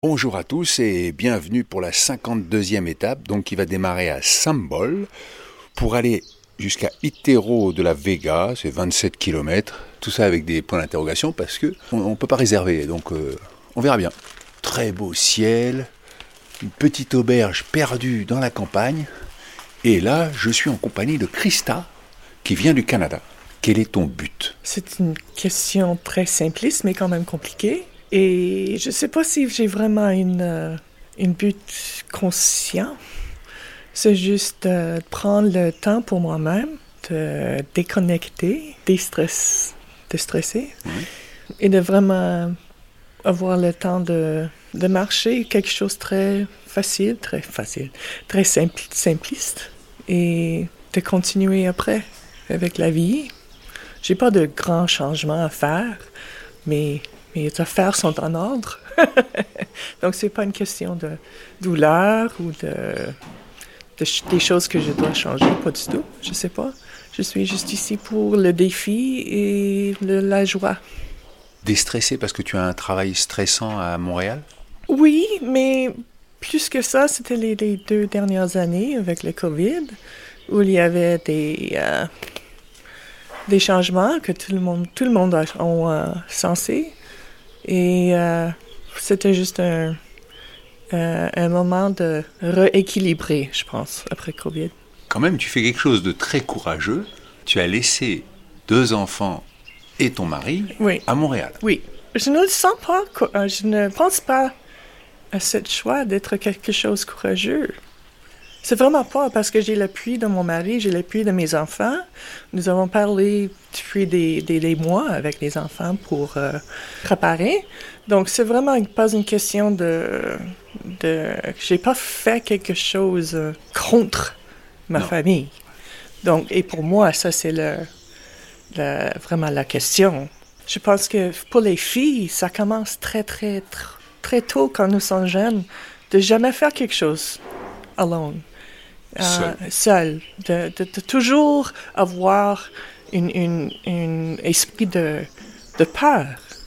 Bonjour à tous et bienvenue pour la 52e étape, donc qui va démarrer à Sambol pour aller jusqu'à Itero de la Vega, c'est 27 km. Tout ça avec des points d'interrogation parce que on peut pas réserver, donc on verra bien. Très beau ciel, une petite auberge perdue dans la campagne, et là je suis en compagnie de Krista qui vient du Canada. Quel est ton but? C'est une question très simpliste, mais quand même compliquée. Et je ne sais pas si j'ai vraiment une but conscient. C'est juste de prendre le temps pour moi-même, de déconnecter, déstresser, et de vraiment avoir le temps de marcher quelque chose de très simpliste, et de continuer après avec la vie. J'ai pas de grands changements à faire, mais mes affaires sont en ordre. Donc, c'est pas une question de douleur ou des choses que je dois changer, pas du tout. Je sais pas. Je suis juste ici pour le défi et la joie. Déstressé parce que tu as un travail stressant à Montréal? Oui, mais plus que ça, c'était les 2 dernières années avec le COVID, où il y avait des changements que tout le monde a sensé. Et c'était juste un moment de rééquilibrer, je pense, après COVID. Quand même, tu fais quelque chose de très courageux. Tu as laissé 2 enfants et ton mari à Montréal. Oui. Je ne le sens pas, je ne pense pas à ce choix d'être quelque chose de courageux. C'est vraiment pas parce que j'ai l'appui de mon mari, j'ai l'appui de mes enfants. Nous avons parlé depuis des mois avec les enfants pour préparer. Donc, c'est vraiment pas une question de j'ai pas fait quelque chose contre ma famille. Donc, et pour moi, ça, c'est vraiment la question. Je pense que pour les filles, ça commence très tôt quand nous sommes jeunes, de jamais faire quelque chose alone. Seul. De toujours avoir un esprit de peur.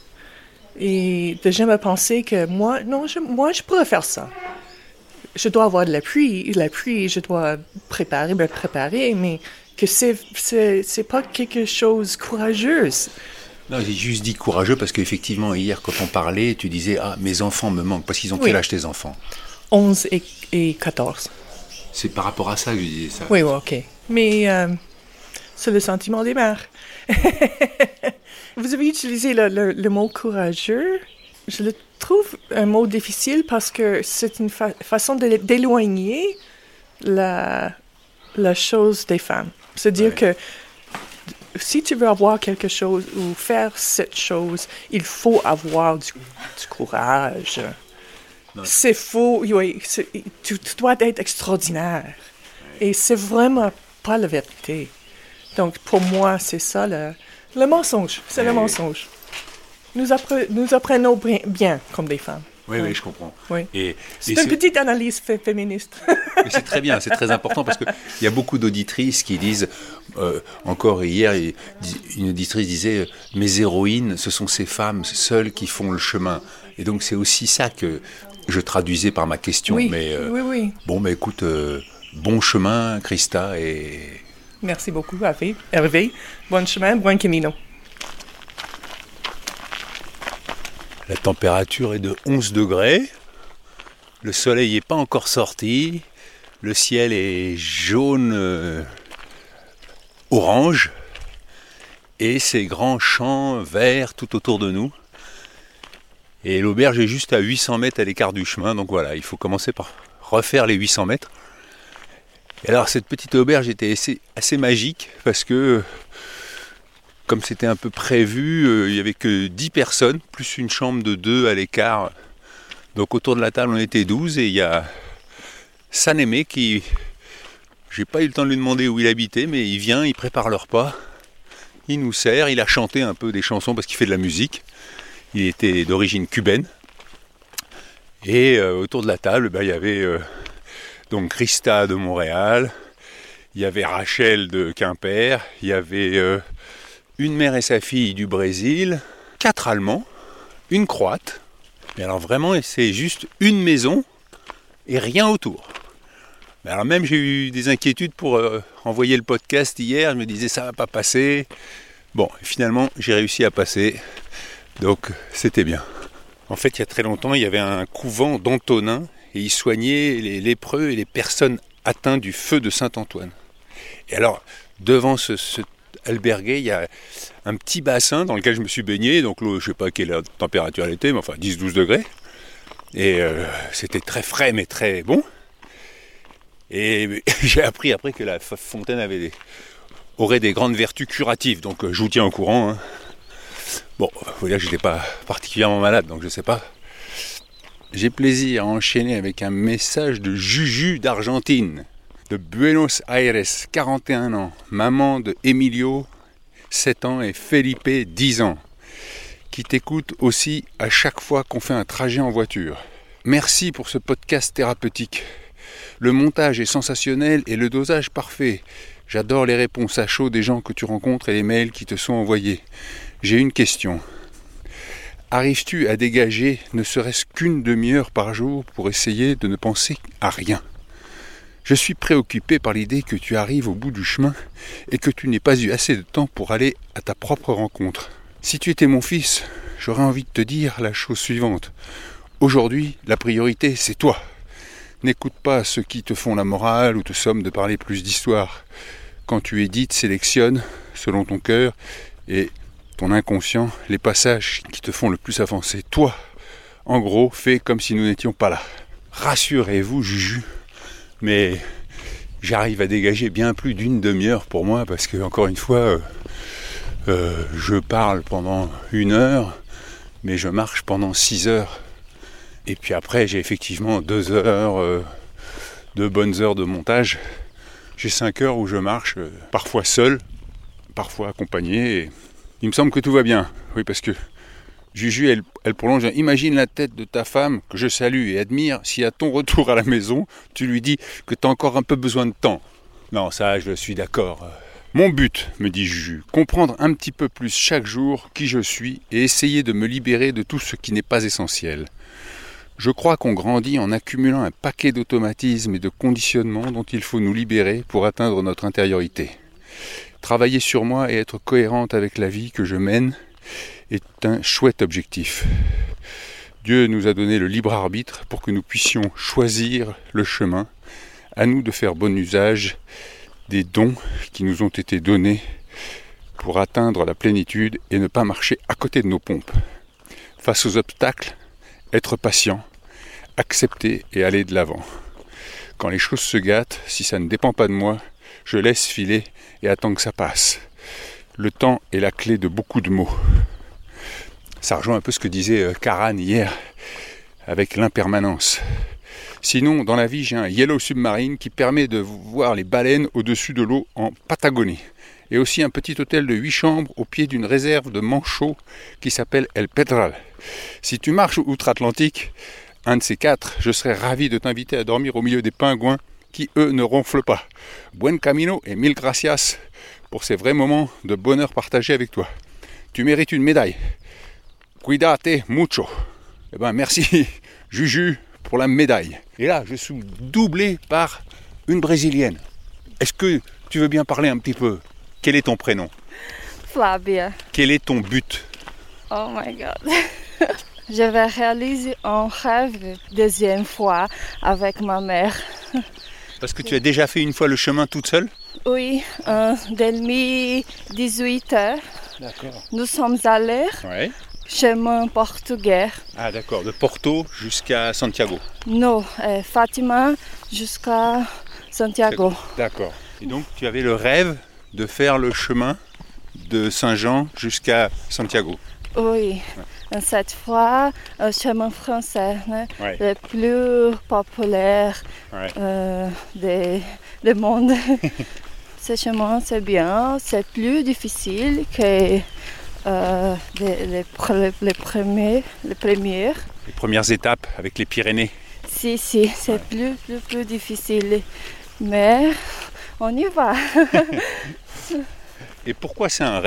Et de jamais penser que moi, je pourrais faire ça. Je dois avoir de l'appui, je dois me préparer, mais que c'est pas quelque chose de courageux. Non, j'ai juste dit courageux parce qu'effectivement, hier, quand on parlait, tu disais « Ah, mes enfants me manquent », parce qu'ils ont quel âge tes enfants? 11 et 14. C'est par rapport à ça que je disais ça. Oui, OK. Mais c'est le sentiment des mères. Vous avez utilisé le mot courageux. Je le trouve un mot difficile parce que c'est une façon d'éloigner la chose des femmes. C'est-à-dire que si tu veux avoir quelque chose ou faire cette chose, il faut avoir du courage. Non. C'est faux. Oui, tu dois être extraordinaire. Et c'est vraiment pas la vérité. Donc, pour moi, c'est ça le mensonge. C'est le mensonge. Nous apprenons bien comme des femmes. Oui, je comprends. Oui. C'est une petite analyse féministe. Mais c'est très bien, c'est très important parce qu'il y a beaucoup d'auditrices qui disent, encore hier, une auditrice disait « Mes héroïnes, ce sont ces femmes seules qui font le chemin ». Et donc c'est aussi ça que je traduisais par ma question. Oui, mais, oui. Bon, mais écoute, bon chemin, Krista. Merci beaucoup, Hervé. Bon chemin, bon camino. La température est de 11 degrés. Le soleil n'est pas encore sorti. Le ciel est jaune, orange. Et ces grands champs verts tout autour de nous. Et l'auberge est juste à 800 mètres à l'écart du chemin. Donc voilà, il faut commencer par refaire les 800 mètres. Et alors cette petite auberge était assez magique parce que, comme c'était un peu prévu, il n'y avait que 10 personnes, plus une chambre de 2 à l'écart. Donc autour de la table on était 12 et il y a Sanémé qui... J'ai pas eu le temps de lui demander où il habitait, mais il vient, il prépare le repas, il nous sert, il a chanté un peu des chansons parce qu'il fait de la musique. Il était d'origine cubaine. Et autour de la table, il y avait donc Krista de Montréal, il y avait Rachel de Quimper, il y avait une mère et sa fille du Brésil, 4 Allemands, une Croate, Mais alors vraiment, c'est juste une maison et rien autour. Mais alors même j'ai eu des inquiétudes pour envoyer le podcast hier, je me disais ça va pas passer. Bon, finalement j'ai réussi à passer, donc c'était bien. En fait, il y a très longtemps, il y avait un couvent d'Antonin et ils soignaient les lépreux et les personnes atteintes du feu de Saint-Antoine. Et alors, devant cet albergué, il y a un petit bassin dans lequel je me suis baigné, donc l'eau, je ne sais pas quelle température elle était, mais enfin 10-12 degrés. Et c'était très frais mais très bon. Et j'ai appris après que la fontaine aurait des grandes vertus curatives, donc je vous tiens au courant. Hein. Bon, il faut dire que je n'étais pas particulièrement malade, donc je ne sais pas. J'ai plaisir à enchaîner avec un message de Juju d'Argentine, de Buenos Aires, 41 ans, maman de Emilio, 7 ans, et Felipe, 10 ans, qui t'écoute aussi à chaque fois qu'on fait un trajet en voiture. Merci pour ce podcast thérapeutique. Le montage est sensationnel et le dosage parfait. J'adore les réponses à chaud des gens que tu rencontres et les mails qui te sont envoyés. J'ai une question. Arrives-tu à dégager ne serait-ce qu'une demi-heure par jour pour essayer de ne penser à rien ? Je suis préoccupé par l'idée que tu arrives au bout du chemin et que tu n'aies pas eu assez de temps pour aller à ta propre rencontre. Si tu étais mon fils, j'aurais envie de te dire la chose suivante. Aujourd'hui, la priorité, c'est toi. N'écoute pas ceux qui te font la morale ou te somment de parler plus d'histoire. Quand tu édites, sélectionne, selon ton cœur et ton inconscient, les passages qui te font le plus avancer. Toi, en gros, fais comme si nous n'étions pas là. Rassurez-vous, Juju, mais j'arrive à dégager bien plus d'une demi-heure pour moi parce que, encore une fois, je parle pendant 1 heure, mais je marche pendant 6 heures. Et puis après, j'ai effectivement 2 heures, 2 bonnes heures de montage. J'ai 5 heures où je marche, parfois seul, parfois accompagné. Et il me semble que tout va bien. Oui, parce que Juju, elle prolonge. Imagine la tête de ta femme, que je salue et admire, si à ton retour à la maison, tu lui dis que tu as encore un peu besoin de temps. Non, ça, je suis d'accord. Mon but, me dit Juju, comprendre un petit peu plus chaque jour qui je suis et essayer de me libérer de tout ce qui n'est pas essentiel. Je crois qu'on grandit en accumulant un paquet d'automatismes et de conditionnements dont il faut nous libérer pour atteindre notre intériorité. Travailler sur moi et être cohérente avec la vie que je mène est un chouette objectif. Dieu nous a donné le libre arbitre pour que nous puissions choisir le chemin, à nous de faire bon usage des dons qui nous ont été donnés pour atteindre la plénitude et ne pas marcher à côté de nos pompes. Face aux obstacles, être patient, accepter et aller de l'avant. Quand les choses se gâtent, si ça ne dépend pas de moi, je laisse filer et attends que ça passe. Le temps est la clé de beaucoup de mots. Ça rejoint un peu ce que disait Karan hier avec l'impermanence. Sinon, dans la vie, j'ai un Yellow Submarine qui permet de voir les baleines au-dessus de l'eau en Patagonie. Et aussi un petit hôtel de 8 chambres au pied d'une réserve de manchots qui s'appelle El Pedral. Si tu marches outre-Atlantique, un de ces 4, je serais ravi de t'inviter à dormir au milieu des pingouins qui, eux, ne ronflent pas. Buen camino et mille gracias pour ces vrais moments de bonheur partagés avec toi. Tu mérites une médaille. Cuídate mucho. Eh ben, merci, Juju, pour la médaille. Et là, je suis doublé par une Brésilienne. Est-ce que tu veux bien parler un petit peu ? Quel est ton prénom ? Flavia. Quel est ton but ? Oh my God. Je vais réaliser un rêve deuxième fois avec ma mère. Parce que tu as déjà fait une fois le chemin toute seule ? Oui, dès 18 heures. D'accord. Nous sommes allés chemin portugais. Ah d'accord, de Porto jusqu'à Santiago. Non, Fatima jusqu'à Santiago. D'accord. Et donc tu avais le rêve de faire le chemin de Saint-Jean jusqu'à Santiago. Oui, cette fois, un chemin français, le plus populaire du monde. Ce chemin, c'est bien, c'est plus difficile que les premières. Les premières étapes avec les Pyrénées. Si, c'est plus difficile. Mais on y va. Et pourquoi c'est un rêve ?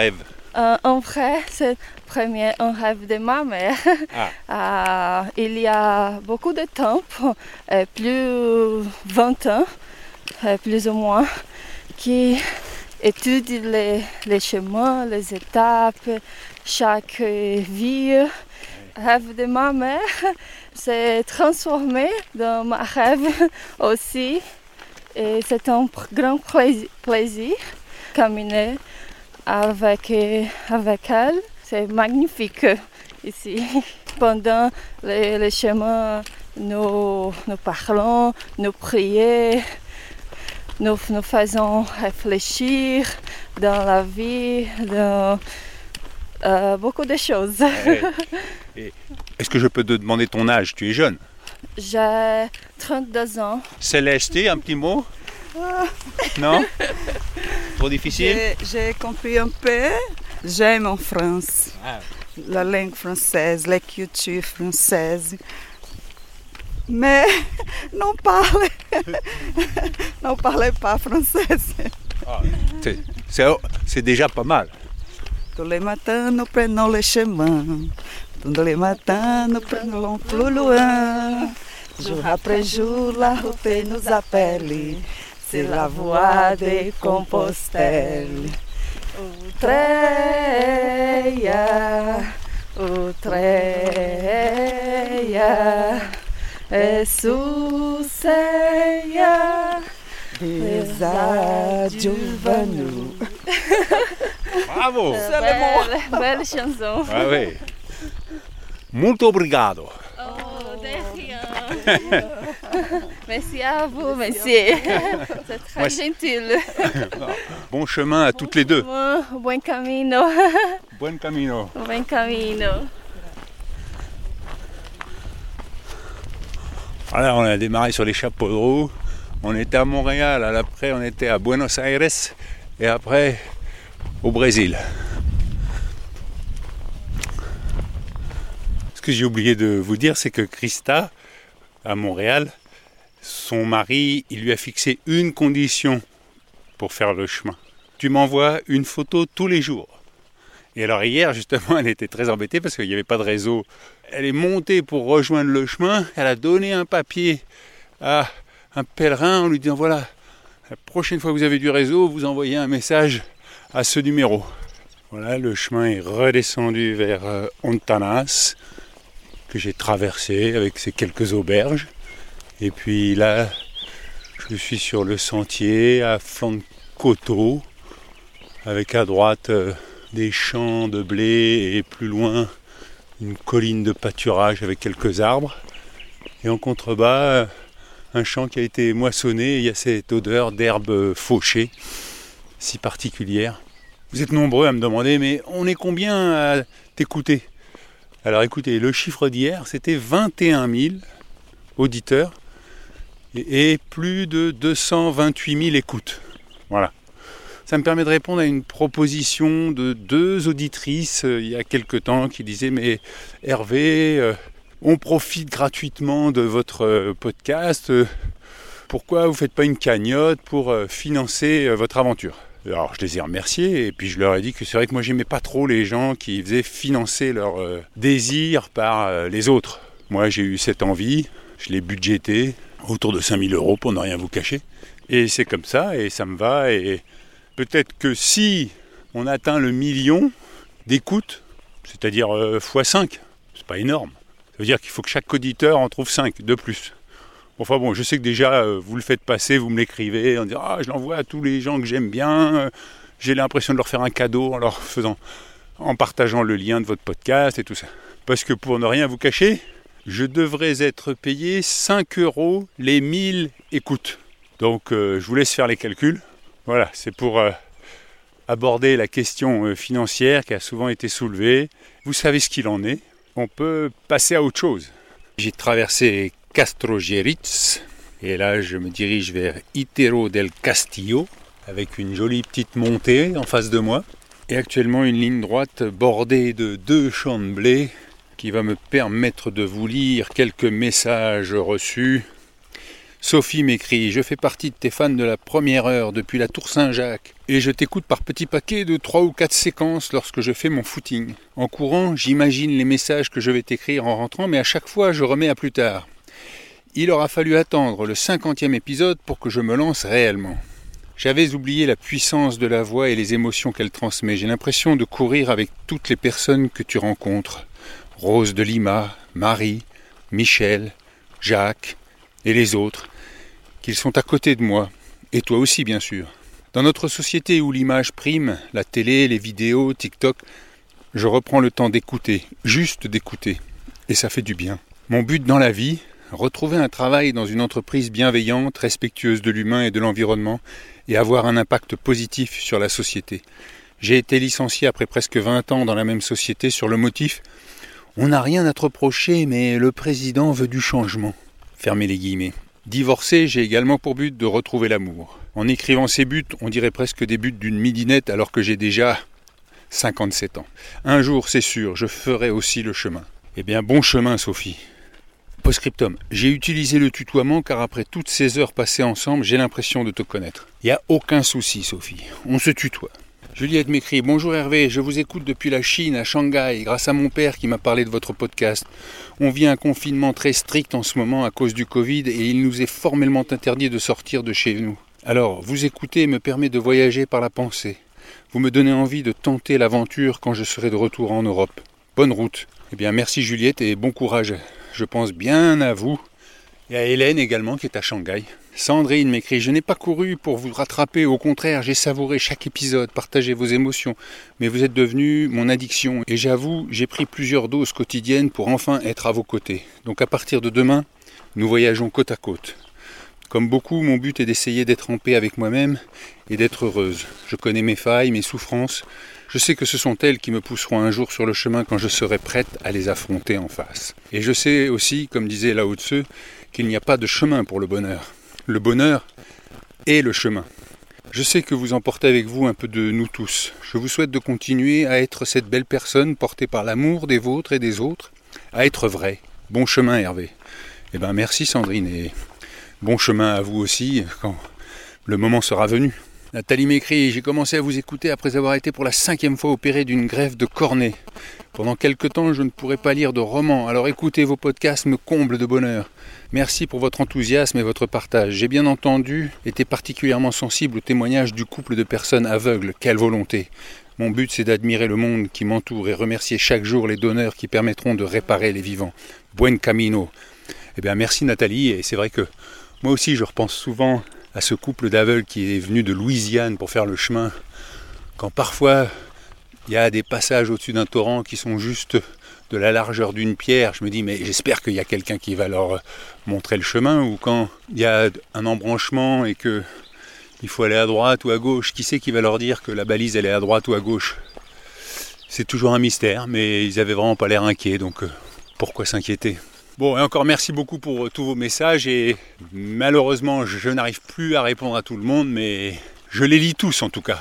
En vrai, c'est premier un rêve de ma mère. Il y a beaucoup de temps, plus 20 ans, plus ou moins, qui étudie les chemins, les étapes, chaque vie. Rêve de ma mère s'est transformé dans ma rêve aussi. Et c'est un grand plaisir caminer avec elle. C'est magnifique ici. Pendant les chemins, nous parlons, nous prions, nous faisons réfléchir dans la vie, dans beaucoup de choses. Et est-ce que je peux te demander ton âge? Tu es jeune. J'ai 32 ans. Céleste, un petit mot? Non? Trop difficile? J'ai compris un peu. J'aime en France. La langue française, la culture française. Mais non parlez pas français. C'est déjà pas mal. Tous les matins, nous prenons le chemin. Tous les matins, nous prenons plus loin. Jour après jour, la route nous appelle. C'est la voie de Compostelle. Utreia, Essuceia, desadjuvanu. Bravo! Belle chanson. Ah oui. Muito obrigado. Oh, de rien. Merci à vous, monsieur. C'est très gentil. Bon chemin à toutes les deux. Buen camino. Buen camino. Buen camino. Alors on a démarré sur les chapeaux de roue. On était à Montréal, après on était à Buenos Aires et après au Brésil. Ce que j'ai oublié de vous dire, c'est que Christa, à Montréal, son mari, il lui a fixé une condition pour faire le chemin. Tu m'envoies une photo tous les jours. Et alors hier, justement, elle était très embêtée parce qu'il n'y avait pas de réseau. Elle est montée pour rejoindre le chemin. Elle a donné un papier à un pèlerin en lui disant, voilà, la prochaine fois que vous avez du réseau, vous envoyez un message à ce numéro. Voilà, le chemin est redescendu vers Ontanas, que j'ai traversé avec ces quelques auberges. Et puis là, je suis sur le sentier à flanc de coteau, avec à droite des champs de blé et plus loin une colline de pâturage avec quelques arbres. Et en contrebas, un champ qui a été moissonné, et il y a cette odeur d'herbe fauchée, si particulière. Vous êtes nombreux à me demander, mais on est combien à t'écouter? Alors écoutez, le chiffre d'hier, c'était 21 000 auditeurs et plus de 228 000 écoutes. Voilà. Ça me permet de répondre à une proposition de 2 auditrices il y a quelque temps qui disaient « Mais Hervé, on profite gratuitement de votre podcast, pourquoi vous ne faites pas une cagnotte pour financer votre aventure ?» Alors je les ai remerciés et puis je leur ai dit que c'est vrai que moi j'aimais pas trop les gens qui faisaient financer leur désir par les autres. Moi j'ai eu cette envie, je l'ai budgété autour de 5 000 € pour ne rien vous cacher. Et c'est comme ça et ça me va. Et peut-être que si on atteint le 1 million d'écoutes, c'est-à-dire x5, c'est pas énorme. Ça veut dire qu'il faut que chaque auditeur en trouve 5 de plus. Enfin bon, je sais que déjà, vous le faites passer, vous me l'écrivez, en disant « Ah, je l'envoie à tous les gens que j'aime bien, j'ai l'impression de leur faire un cadeau en partageant le lien de votre podcast et tout ça. » Parce que pour ne rien vous cacher, je devrais être payé 5 € les 1000 écoutes. Donc je vous laisse faire les calculs. Voilà, c'est pour aborder la question financière qui a souvent été soulevée. Vous savez ce qu'il en est. On peut passer à autre chose. J'ai traversé Castrojeriz et là je me dirige vers Itero del Castillo avec une jolie petite montée en face de moi et actuellement une ligne droite bordée de 2 champs de blé qui va me permettre de vous lire quelques messages reçus Sophie m'écrit « Je fais partie de tes fans de la première heure depuis la Tour Saint-Jacques et je t'écoute par petits paquets de 3 ou 4 séquences lorsque je fais mon footing. En courant, j'imagine les messages que je vais t'écrire en rentrant, mais à chaque fois, je remets à plus tard. Il aura fallu attendre le 50e épisode pour que je me lance réellement. J'avais oublié la puissance de la voix et les émotions qu'elle transmet. J'ai l'impression de courir avec toutes les personnes que tu rencontres. Rose de Lima, Marie, Michel, Jacques et les autres, qu'ils sont à côté de moi, et toi aussi bien sûr. Dans notre société où l'image prime, la télé, les vidéos, TikTok, je reprends le temps d'écouter, juste d'écouter, et ça fait du bien. Mon but dans la vie, retrouver un travail dans une entreprise bienveillante, respectueuse de l'humain et de l'environnement, et avoir un impact positif sur la société. J'ai été licencié après presque 20 ans dans la même société sur le motif « On n'a rien à te reprocher, mais le président veut du changement ». Fermez les guillemets. Divorcé, j'ai également pour but de retrouver l'amour. En écrivant ces buts, on dirait presque des buts d'une midinette alors que j'ai déjà 57 ans. Un jour, c'est sûr, je ferai aussi le chemin. Eh bien, bon chemin, Sophie. Post-scriptum, j'ai utilisé le tutoiement car après toutes ces heures passées ensemble, j'ai l'impression de te connaître. Il n'y a aucun souci, Sophie. On se tutoie. Juliette m'écrit « Bonjour Hervé, je vous écoute depuis la Chine, à Shanghai, grâce à mon père qui m'a parlé de votre podcast. On vit un confinement très strict en ce moment à cause du Covid et il nous est formellement interdit de sortir de chez nous. Alors, vous écouter me permet de voyager par la pensée. Vous me donnez envie de tenter l'aventure quand je serai de retour en Europe. Bonne route. Eh bien, merci Juliette et bon courage. Je pense bien à vous et à Hélène également qui est à Shanghai. Sandrine m'écrit « Je n'ai pas couru pour vous rattraper, au contraire, j'ai savouré chaque épisode, partagé vos émotions, mais vous êtes devenu mon addiction et j'avoue, j'ai pris plusieurs doses quotidiennes pour enfin être à vos côtés. Donc à partir de demain, nous voyageons côte à côte. Comme beaucoup, mon but est d'essayer d'être en paix avec moi-même et d'être heureuse. Je connais mes failles, mes souffrances, je sais que ce sont elles qui me pousseront un jour sur le chemin quand je serai prête à les affronter en face. Et je sais aussi, comme disait Lao Tzu, qu'il n'y a pas de chemin pour le bonheur. Le bonheur est le chemin. Je sais que vous emportez avec vous un peu de nous tous. Je vous souhaite de continuer à être cette belle personne portée par l'amour des vôtres et des autres, à être vrai. Bon chemin Hervé. Eh bien merci Sandrine et bon chemin à vous aussi quand le moment sera venu. Nathalie m'écrit « J'ai commencé à vous écouter après avoir été pour la 5e fois opéré d'une greffe de cornée. Pendant quelque temps, je ne pourrais pas lire de romans, alors écouter vos podcasts me comble de bonheur. Merci pour votre enthousiasme et votre partage. J'ai bien entendu, été particulièrement sensible au témoignage du couple de personnes aveugles. Quelle volonté! Mon but, c'est d'admirer le monde qui m'entoure et remercier chaque jour les donneurs qui permettront de réparer les vivants. Buen camino. Eh bien, merci Nathalie, et c'est vrai que moi aussi, je repense souvent à ce couple d'aveugles qui est venu de Louisiane pour faire le chemin. Quand parfois, il y a des passages au-dessus d'un torrent qui sont juste de la largeur d'une pierre, je me dis, mais j'espère qu'il y a quelqu'un qui va leur montrer le chemin, ou quand il y a un embranchement et qu'il faut aller à droite ou à gauche, qui c'est qui va leur dire que la balise elle est à droite ou à gauche? C'est toujours un mystère, mais ils avaient vraiment pas l'air inquiets, donc pourquoi s'inquiéter? Bon, et encore merci beaucoup pour tous vos messages, et malheureusement je n'arrive plus à répondre à tout le monde, mais je les lis tous en tout cas.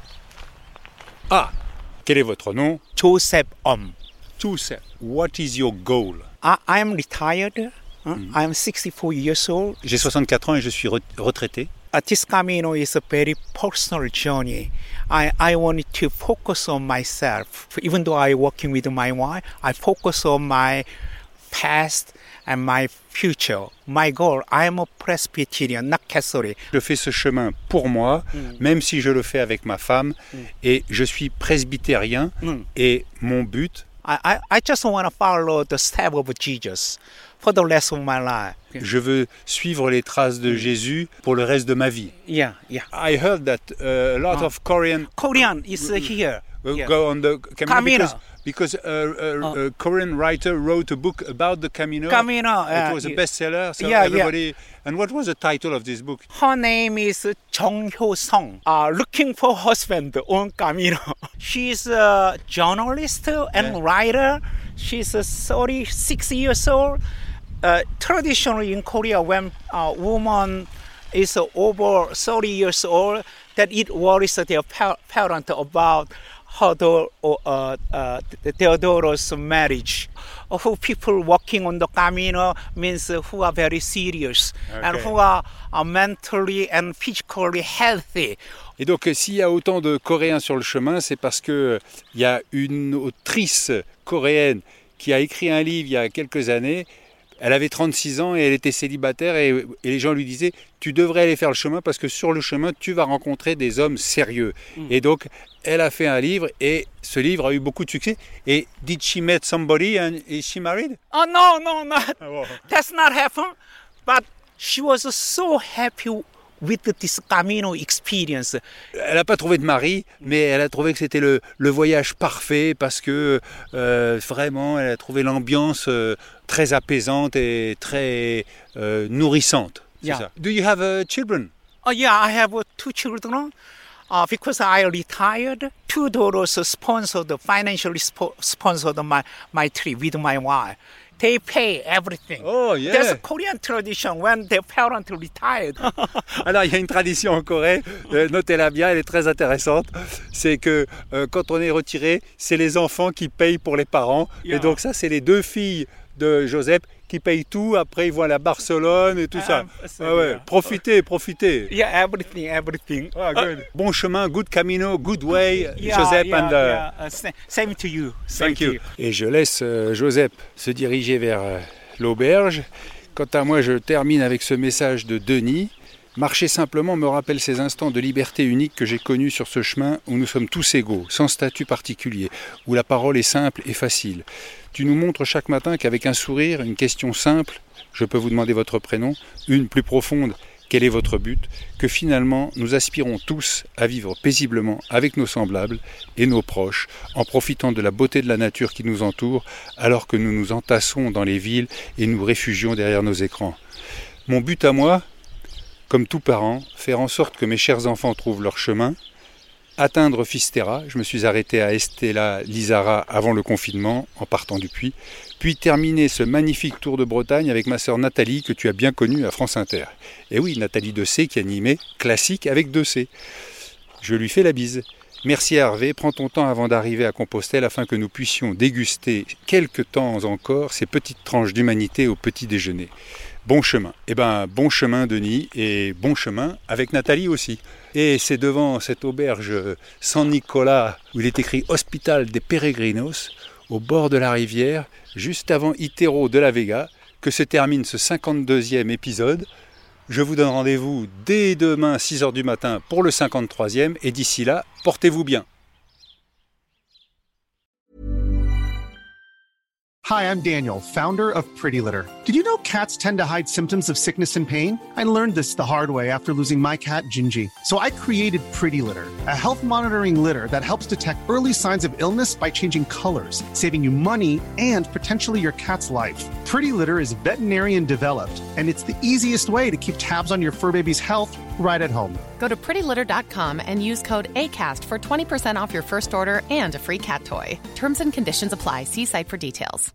Ah, quel est votre nom? Joseph Joseph, what is your goal? I am retired. I am 64 years old. J'ai 64 ans et je suis retraité. This Camino is a very personal journey. I wanted to focus on myself. Even though I'm working with my wife, I focus on my past and my future. My goal, I am a Presbyterian, not Catholic. Je fais ce chemin pour moi, même si je le fais avec ma femme, et je suis presbytérien, et mon but... I just want to follow the steps of Jesus for the rest of my life. Je veux suivre les traces de Jésus pour le reste de ma vie. Yeah. I heard that a lot of Korean is here. Go on the Camino. Because a Korean writer wrote a book about the Camino. It was a bestseller. So everybody. Yeah. And what was the title of this book? Her name is Jung Hyo-sung. Looking for husband on Camino. She's a journalist and writer. She's 36 years old. Traditionally in Korea, when a woman is over 30 years old, that it worries their parent about their daughter's marriage. Who people walking on the camino means who are very serious and who are mentally and physically healthy. Et donc, s'il y a autant de Coréens sur le chemin, c'est parce qu'il y a une autrice coréenne qui a écrit un livre il y a quelques années. Elle avait 36 ans et elle était célibataire et les gens lui disaient « Tu devrais aller faire le chemin parce que sur le chemin, tu vas rencontrer des hommes sérieux. » Et donc, elle a fait un livre et ce livre a eu beaucoup de succès. Et did she meet somebody and is she married? Oh, no, that's not happened. But she was so happy with this Camino experience. Elle n'a pas trouvé de mari, mais elle a trouvé que c'était le voyage parfait parce que vraiment, elle a trouvé l'ambiance très apaisante et très nourrissante. C'est ça. Do you have children? Oh, yeah, I have 2 children. Because I retired, 2 daughters financially sponsored my trip with my wife. They pay everything. Oh, yeah. There's a Korean tradition when their parents retired. Alors, il y a une tradition en Corée, notez-la bien, elle est très intéressante. C'est que quand on est retiré, c'est les enfants qui payent pour les parents. Yeah. Et donc ça, c'est les 2 filles de Joseph qui payent tout. Après, ils vont aller à Barcelone et tout ça. Ouais. Profitez. Yeah, everything. Oh, good. Bon chemin, good camino, good way, Joseph. Same to you. Thank you. Et je laisse Joseph se diriger vers l'auberge. Quant à moi, je termine avec ce message de Denis. Marcher simplement me rappelle ces instants de liberté unique que j'ai connus sur ce chemin où nous sommes tous égaux, sans statut particulier, où la parole est simple et facile. Tu nous montres chaque matin qu'avec un sourire, une question simple, je peux vous demander votre prénom, une plus profonde, quel est votre but, que finalement nous aspirons tous à vivre paisiblement avec nos semblables et nos proches, en profitant de la beauté de la nature qui nous entoure, alors que nous nous entassons dans les villes et nous réfugions derrière nos écrans. Mon but à moi, comme tout parent, faire en sorte que mes chers enfants trouvent leur chemin, atteindre Fisterra, je me suis arrêté à Estella Lizara avant le confinement, en partant du puits, puis terminer ce magnifique tour de Bretagne avec ma sœur Nathalie, que tu as bien connue à France Inter. Et oui, Nathalie Dessay qui animait Classique avec Dessay. Je lui fais la bise. Merci Hervé, prends ton temps avant d'arriver à Compostelle afin que nous puissions déguster quelques temps encore ces petites tranches d'humanité au petit déjeuner. Bon chemin. Bon chemin Denis et bon chemin avec Nathalie aussi. Et c'est devant cette auberge San Nicolas où il est écrit Hospital des Peregrinos, au bord de la rivière, juste avant Itero de la Vega, que se termine ce 52e épisode. Je vous donne rendez-vous dès demain 6h du matin pour le 53e et d'ici là, portez-vous bien. Hi, I'm Daniel, founder of Pretty Litter. Did you know cats tend to hide symptoms of sickness and pain? I learned this the hard way after losing my cat, Gingy. So I created Pretty Litter, a health monitoring litter that helps detect early signs of illness by changing colors, saving you money and potentially your cat's life. Pretty Litter is veterinarian developed, and it's the easiest way to keep tabs on your fur baby's health right at home. Go to prettylitter.com and use code ACAST for 20% off your first order and a free cat toy. Terms and conditions apply. See site for details.